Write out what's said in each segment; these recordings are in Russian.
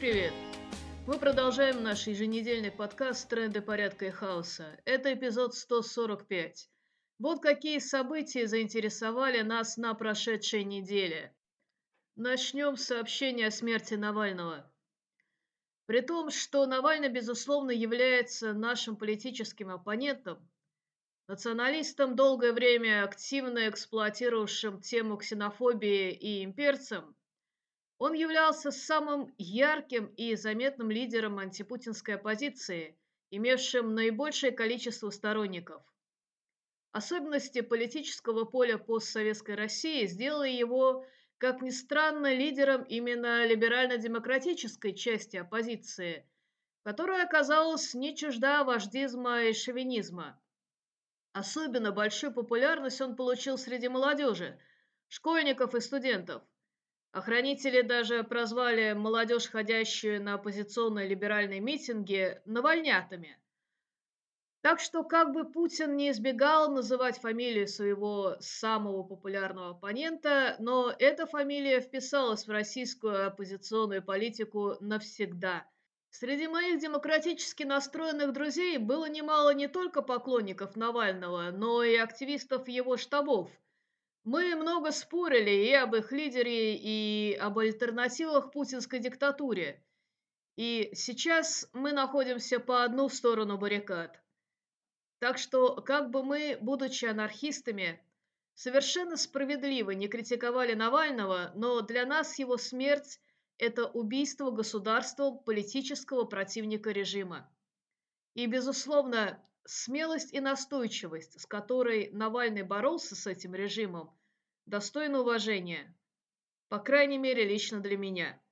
привет! Мы продолжаем наш еженедельный подкаст «Тренды порядка и хаоса». Это эпизод 145. Вот какие события заинтересовали нас на прошедшей неделе. Начнем с сообщения о смерти Навального. При том, что Навальный, безусловно, является нашим политическим оппонентом, националистом, долгое время активно эксплуатировавшим тему ксенофобии и имперцем, он являлся самым ярким и заметным лидером антипутинской оппозиции, имевшим наибольшее количество сторонников. Особенности политического поля постсоветской России сделали его, как ни странно, лидером именно либерально-демократической части оппозиции, которая оказалась не чужда вождизма и шовинизма. Особенно большую популярность он получил среди молодежи, школьников и студентов. Охранители даже прозвали молодежь, ходящую на оппозиционные либеральные митинги, навальнятами. Так что как бы Путин не избегал называть фамилию своего самого популярного оппонента, но эта фамилия вписалась в российскую оппозиционную политику навсегда. Среди моих демократически настроенных друзей было немало не только поклонников Навального, но и активистов его штабов. Мы много спорили и об их лидере, и об альтернативах путинской диктатуре. И сейчас мы находимся по одну сторону баррикад. Так что, как бы мы, будучи анархистами, совершенно справедливо не критиковали Навального, но для нас его смерть – это убийство государством политического противника режима. И, безусловно, смелость и настойчивость, с которой Навальный боролся с этим режимом, достойны уважения. По крайней мере, лично для меня.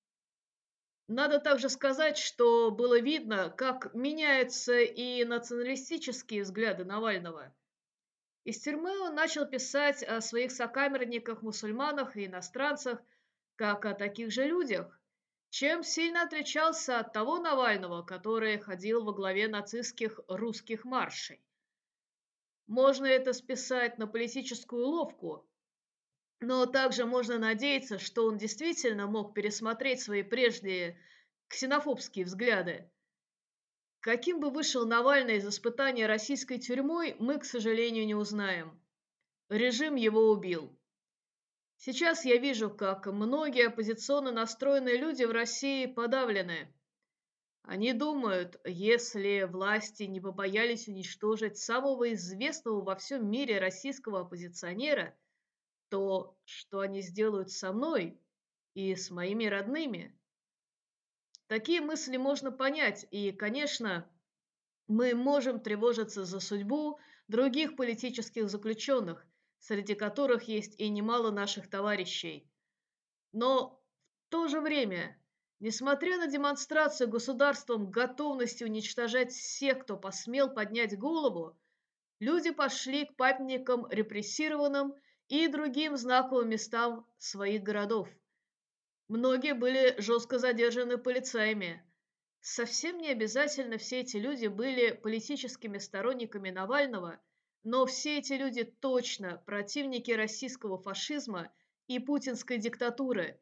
Надо также сказать, что было видно, как меняются и националистические взгляды Навального. Из тюрьмы он начал писать о своих сокамерниках-мусульманах и иностранцах, как о таких же людях, чем сильно отличался от того Навального, который ходил во главе нацистских русских маршей. Можно это списать на политическую уловку, но также можно надеяться, что он действительно мог пересмотреть свои прежние ксенофобские взгляды. Каким бы вышел Навальный из испытания российской тюрьмой, мы, к сожалению, не узнаем. Режим его убил. Сейчас я вижу, как многие оппозиционно настроенные люди в России подавлены. Они думают, если власти не побоялись уничтожить самого известного во всем мире российского оппозиционера, то что они сделают со мной и с моими родными? Такие мысли можно понять, и, конечно, мы можем тревожиться за судьбу других политических заключенных, среди которых есть и немало наших товарищей. Но в то же время, несмотря на демонстрацию государством готовности уничтожать всех, кто посмел поднять голову, люди пошли к памятникам репрессированным и другим знаковым местам своих городов. Многие были жестко задержаны полицаями. Совсем не обязательно все эти люди были политическими сторонниками Навального, но все эти люди точно противники российского фашизма и путинской диктатуры.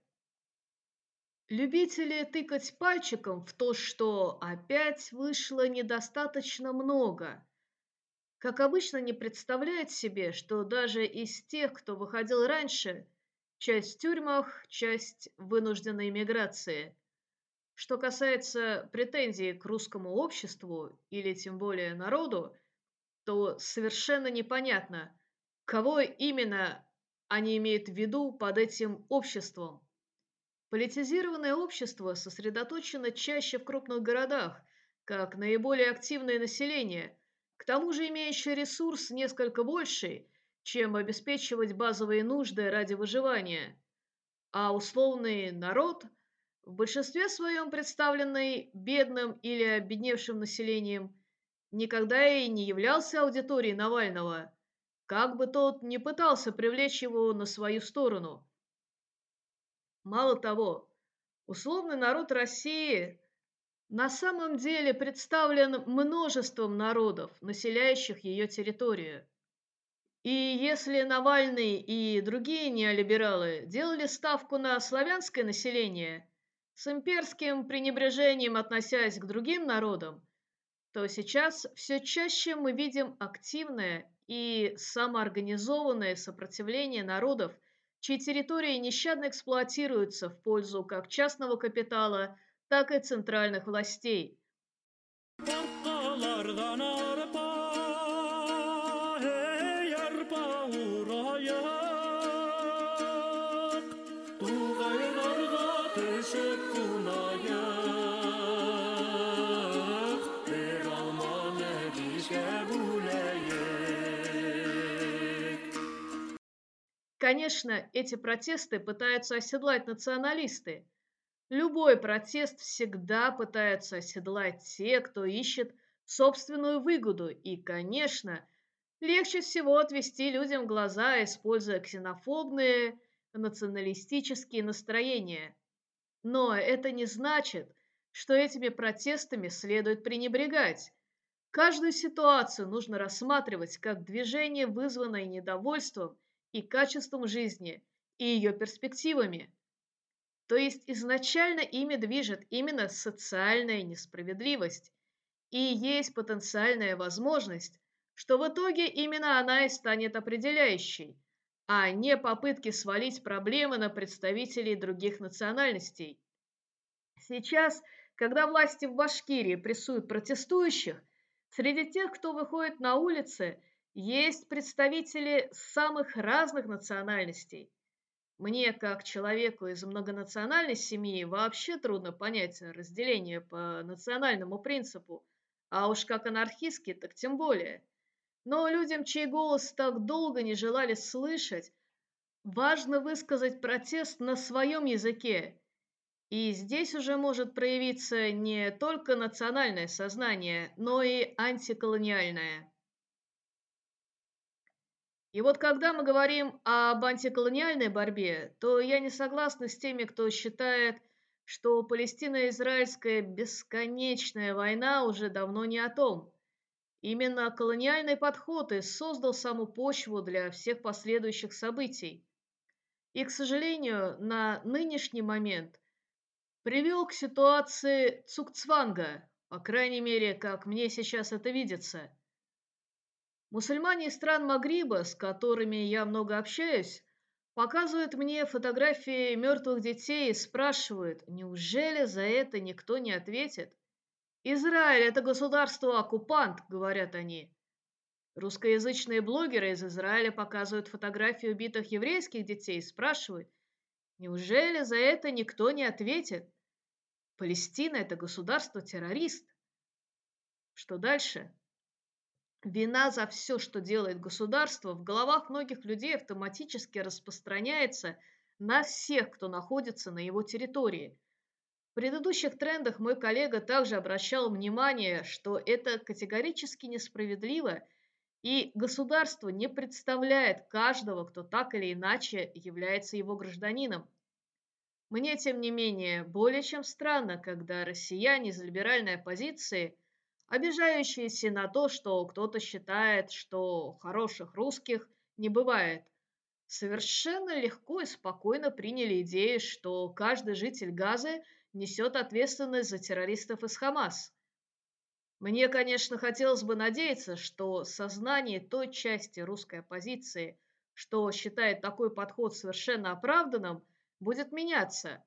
Любители тыкать пальчиком в то, что опять вышло недостаточно много, как обычно, не представляют себе, что даже из тех, кто выходил раньше, часть в тюрьмах, часть в вынужденной эмиграции. Что касается претензий к русскому обществу или тем более народу, то совершенно непонятно, кого именно они имеют в виду под этим обществом. Политизированное общество сосредоточено чаще в крупных городах, как наиболее активное население, к тому же имеющее ресурс несколько больший, чем обеспечивать базовые нужды ради выживания. А условный народ, в большинстве своем представленный бедным или обедневшим населением, никогда и не являлся аудиторией Навального, как бы тот ни пытался привлечь его на свою сторону. Мало того, условный народ России на самом деле представлен множеством народов, населяющих ее территорию. И если Навальный и другие неолибералы делали ставку на славянское население, с имперским пренебрежением относясь к другим народам, то сейчас все чаще мы видим активное и самоорганизованное сопротивление народов, чьи территории нещадно эксплуатируются в пользу как частного капитала, так и центральных властей. Dağlardan arpa, hey arpa urayık. Tuğaylarga düşüp kunayık. Bir alman edişe buleyik. Конечно, эти протесты пытаются оседлать националисты. Любой протест всегда пытаются оседлать те, кто ищет собственную выгоду. И, конечно, легче всего отвести людям глаза, используя ксенофобные, националистические настроения. Но это не значит, что этими протестами следует пренебрегать. Каждую ситуацию нужно рассматривать как движение, вызванное недовольством и качеством жизни, и ее перспективами. То есть изначально ими движет именно социальная несправедливость, и есть потенциальная возможность, что в итоге именно она и станет определяющей, а не попытки свалить проблемы на представителей других национальностей. Сейчас, когда власти в Башкирии прессуют протестующих, среди тех, кто выходит на улицы, есть представители самых разных национальностей. Мне, как человеку из многонациональной семьи, вообще трудно понять разделение по национальному принципу, а уж как анархистки, так тем более. Но людям, чей голос так долго не желали слышать, важно высказать протест на своем языке. И здесь уже может проявиться не только национальное сознание, но и антиколониальное. И вот когда мы говорим об антиколониальной борьбе, то я не согласна с теми, кто считает, что Палестино-израильская бесконечная война уже давно не о том. Именно колониальный подход и создал саму почву для всех последующих событий. И, к сожалению, на нынешний момент привел к ситуации Цукцванга, по крайней мере, как мне сейчас это видится. Мусульмане из стран Магриба, с которыми я много общаюсь, показывают мне фотографии мертвых детей и спрашивают, неужели за это никто не ответит? Израиль– это государство-оккупант, говорят они. Русскоязычные блогеры из Израиля показывают фотографии убитых еврейских детей и спрашивают, неужели за это никто не ответит? Палестина– это государство-террорист. Что дальше? Вина за все, что делает государство, в головах многих людей автоматически распространяется на всех, кто находится на его территории. В предыдущих трендах мой коллега также обращал внимание, что это категорически несправедливо, и государство не представляет каждого, кто так или иначе является его гражданином. Мне, тем не менее, более чем странно, когда россияне из либеральной оппозиции, обижающиеся на то, что кто-то считает, что хороших русских не бывает, совершенно легко и спокойно приняли идею, что каждый житель Газы несет ответственность за террористов из Хамас. Мне, конечно, хотелось бы надеяться, что сознание той части русской оппозиции, что считает такой подход совершенно оправданным, будет меняться.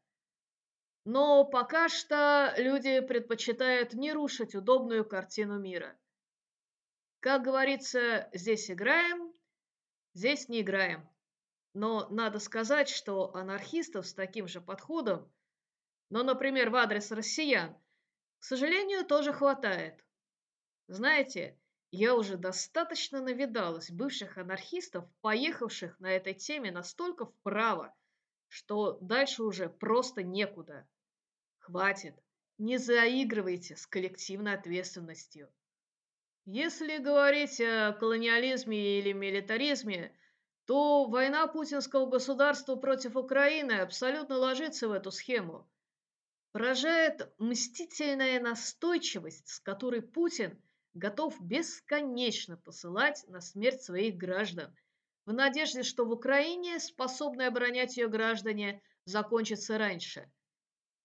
Но пока что люди предпочитают не рушить удобную картину мира. Как говорится, здесь играем, здесь не играем. Но надо сказать, что анархистов с таким же подходом, но, например, в адрес россиян, к сожалению, тоже хватает. Знаете, я уже достаточно навидалась бывших анархистов, поехавших на этой теме настолько вправо, что дальше уже просто некуда. Хватит, не заигрывайте с коллективной ответственностью. Если говорить о колониализме или милитаризме, то война путинского государства против Украины абсолютно ложится в эту схему. Поражает мстительная настойчивость, с которой Путин готов бесконечно посылать на смерть своих граждан, в надежде, что в Украине, способные оборонять ее граждане, закончится раньше.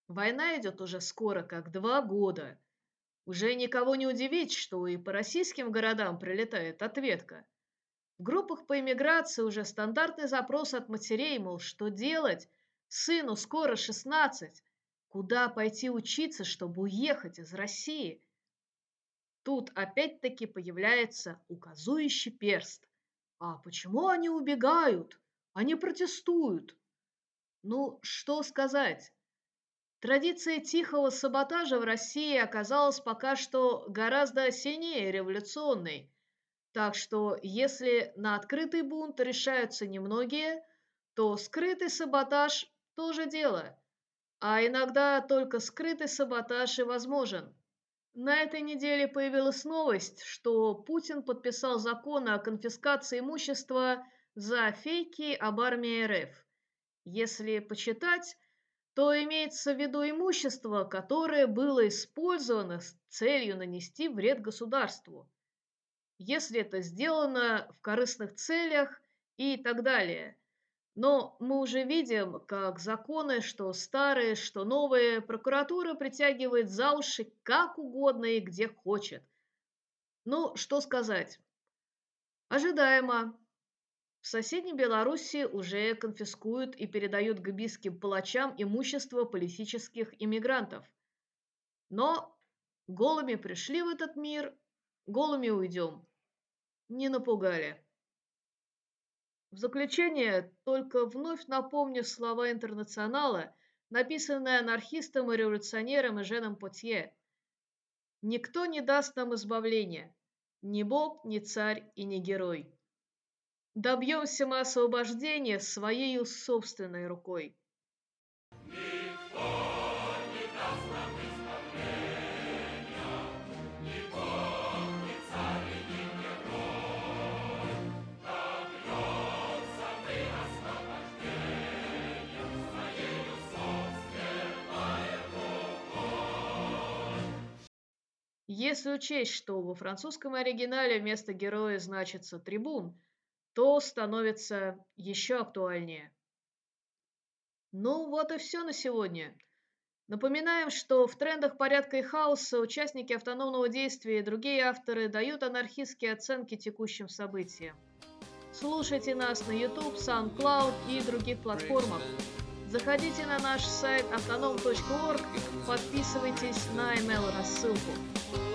Война идет уже скоро как 2 года. Уже никого не удивить, что и по российским городам прилетает ответка. В группах по эмиграции уже стандартный запрос от матерей, мол, что делать? Сыну скоро 16. Куда пойти учиться, чтобы уехать из России? Тут опять-таки появляется указующий перст. А почему они убегают? Они протестуют. Ну, что сказать? Традиция тихого саботажа в России оказалась пока что гораздо сильнее революционной. Так что, если на открытый бунт решаются немногие, то скрытый саботаж тоже дело. А иногда только скрытый саботаж и возможен. На этой неделе появилась новость, что Путин подписал закон о конфискации имущества за фейки об армии РФ. Если почитать, то имеется в виду имущество, которое было использовано с целью нанести вред государству, если это сделано в корыстных целях и так далее. Но мы уже видим, как законы, что старые, что новые, прокуратура притягивает за уши как угодно и где хочет. Ну, что сказать? Ожидаемо. В соседней Белоруссии уже конфискуют и передают габийским палачам имущество политических иммигрантов. Но голыми пришли в этот мир, голыми уйдем. Не напугали. В заключение только вновь напомню слова «Интернационала», написанные анархистом и революционером Эженом Потье. «Никто не даст нам избавления, ни бог, ни царь и ни герой. Добьемся мы освобождения своей собственной рукой». Если учесть, что во французском оригинале вместо героя значится трибун, то становится еще актуальнее. Ну вот и все на сегодня. Напоминаем, что в трендах порядка и хаоса участники автономного действия и другие авторы дают анархистские оценки текущим событиям. Слушайте нас на YouTube, SoundCloud и других платформах. Заходите на наш сайт autonom.org, подписывайтесь на email-рассылку.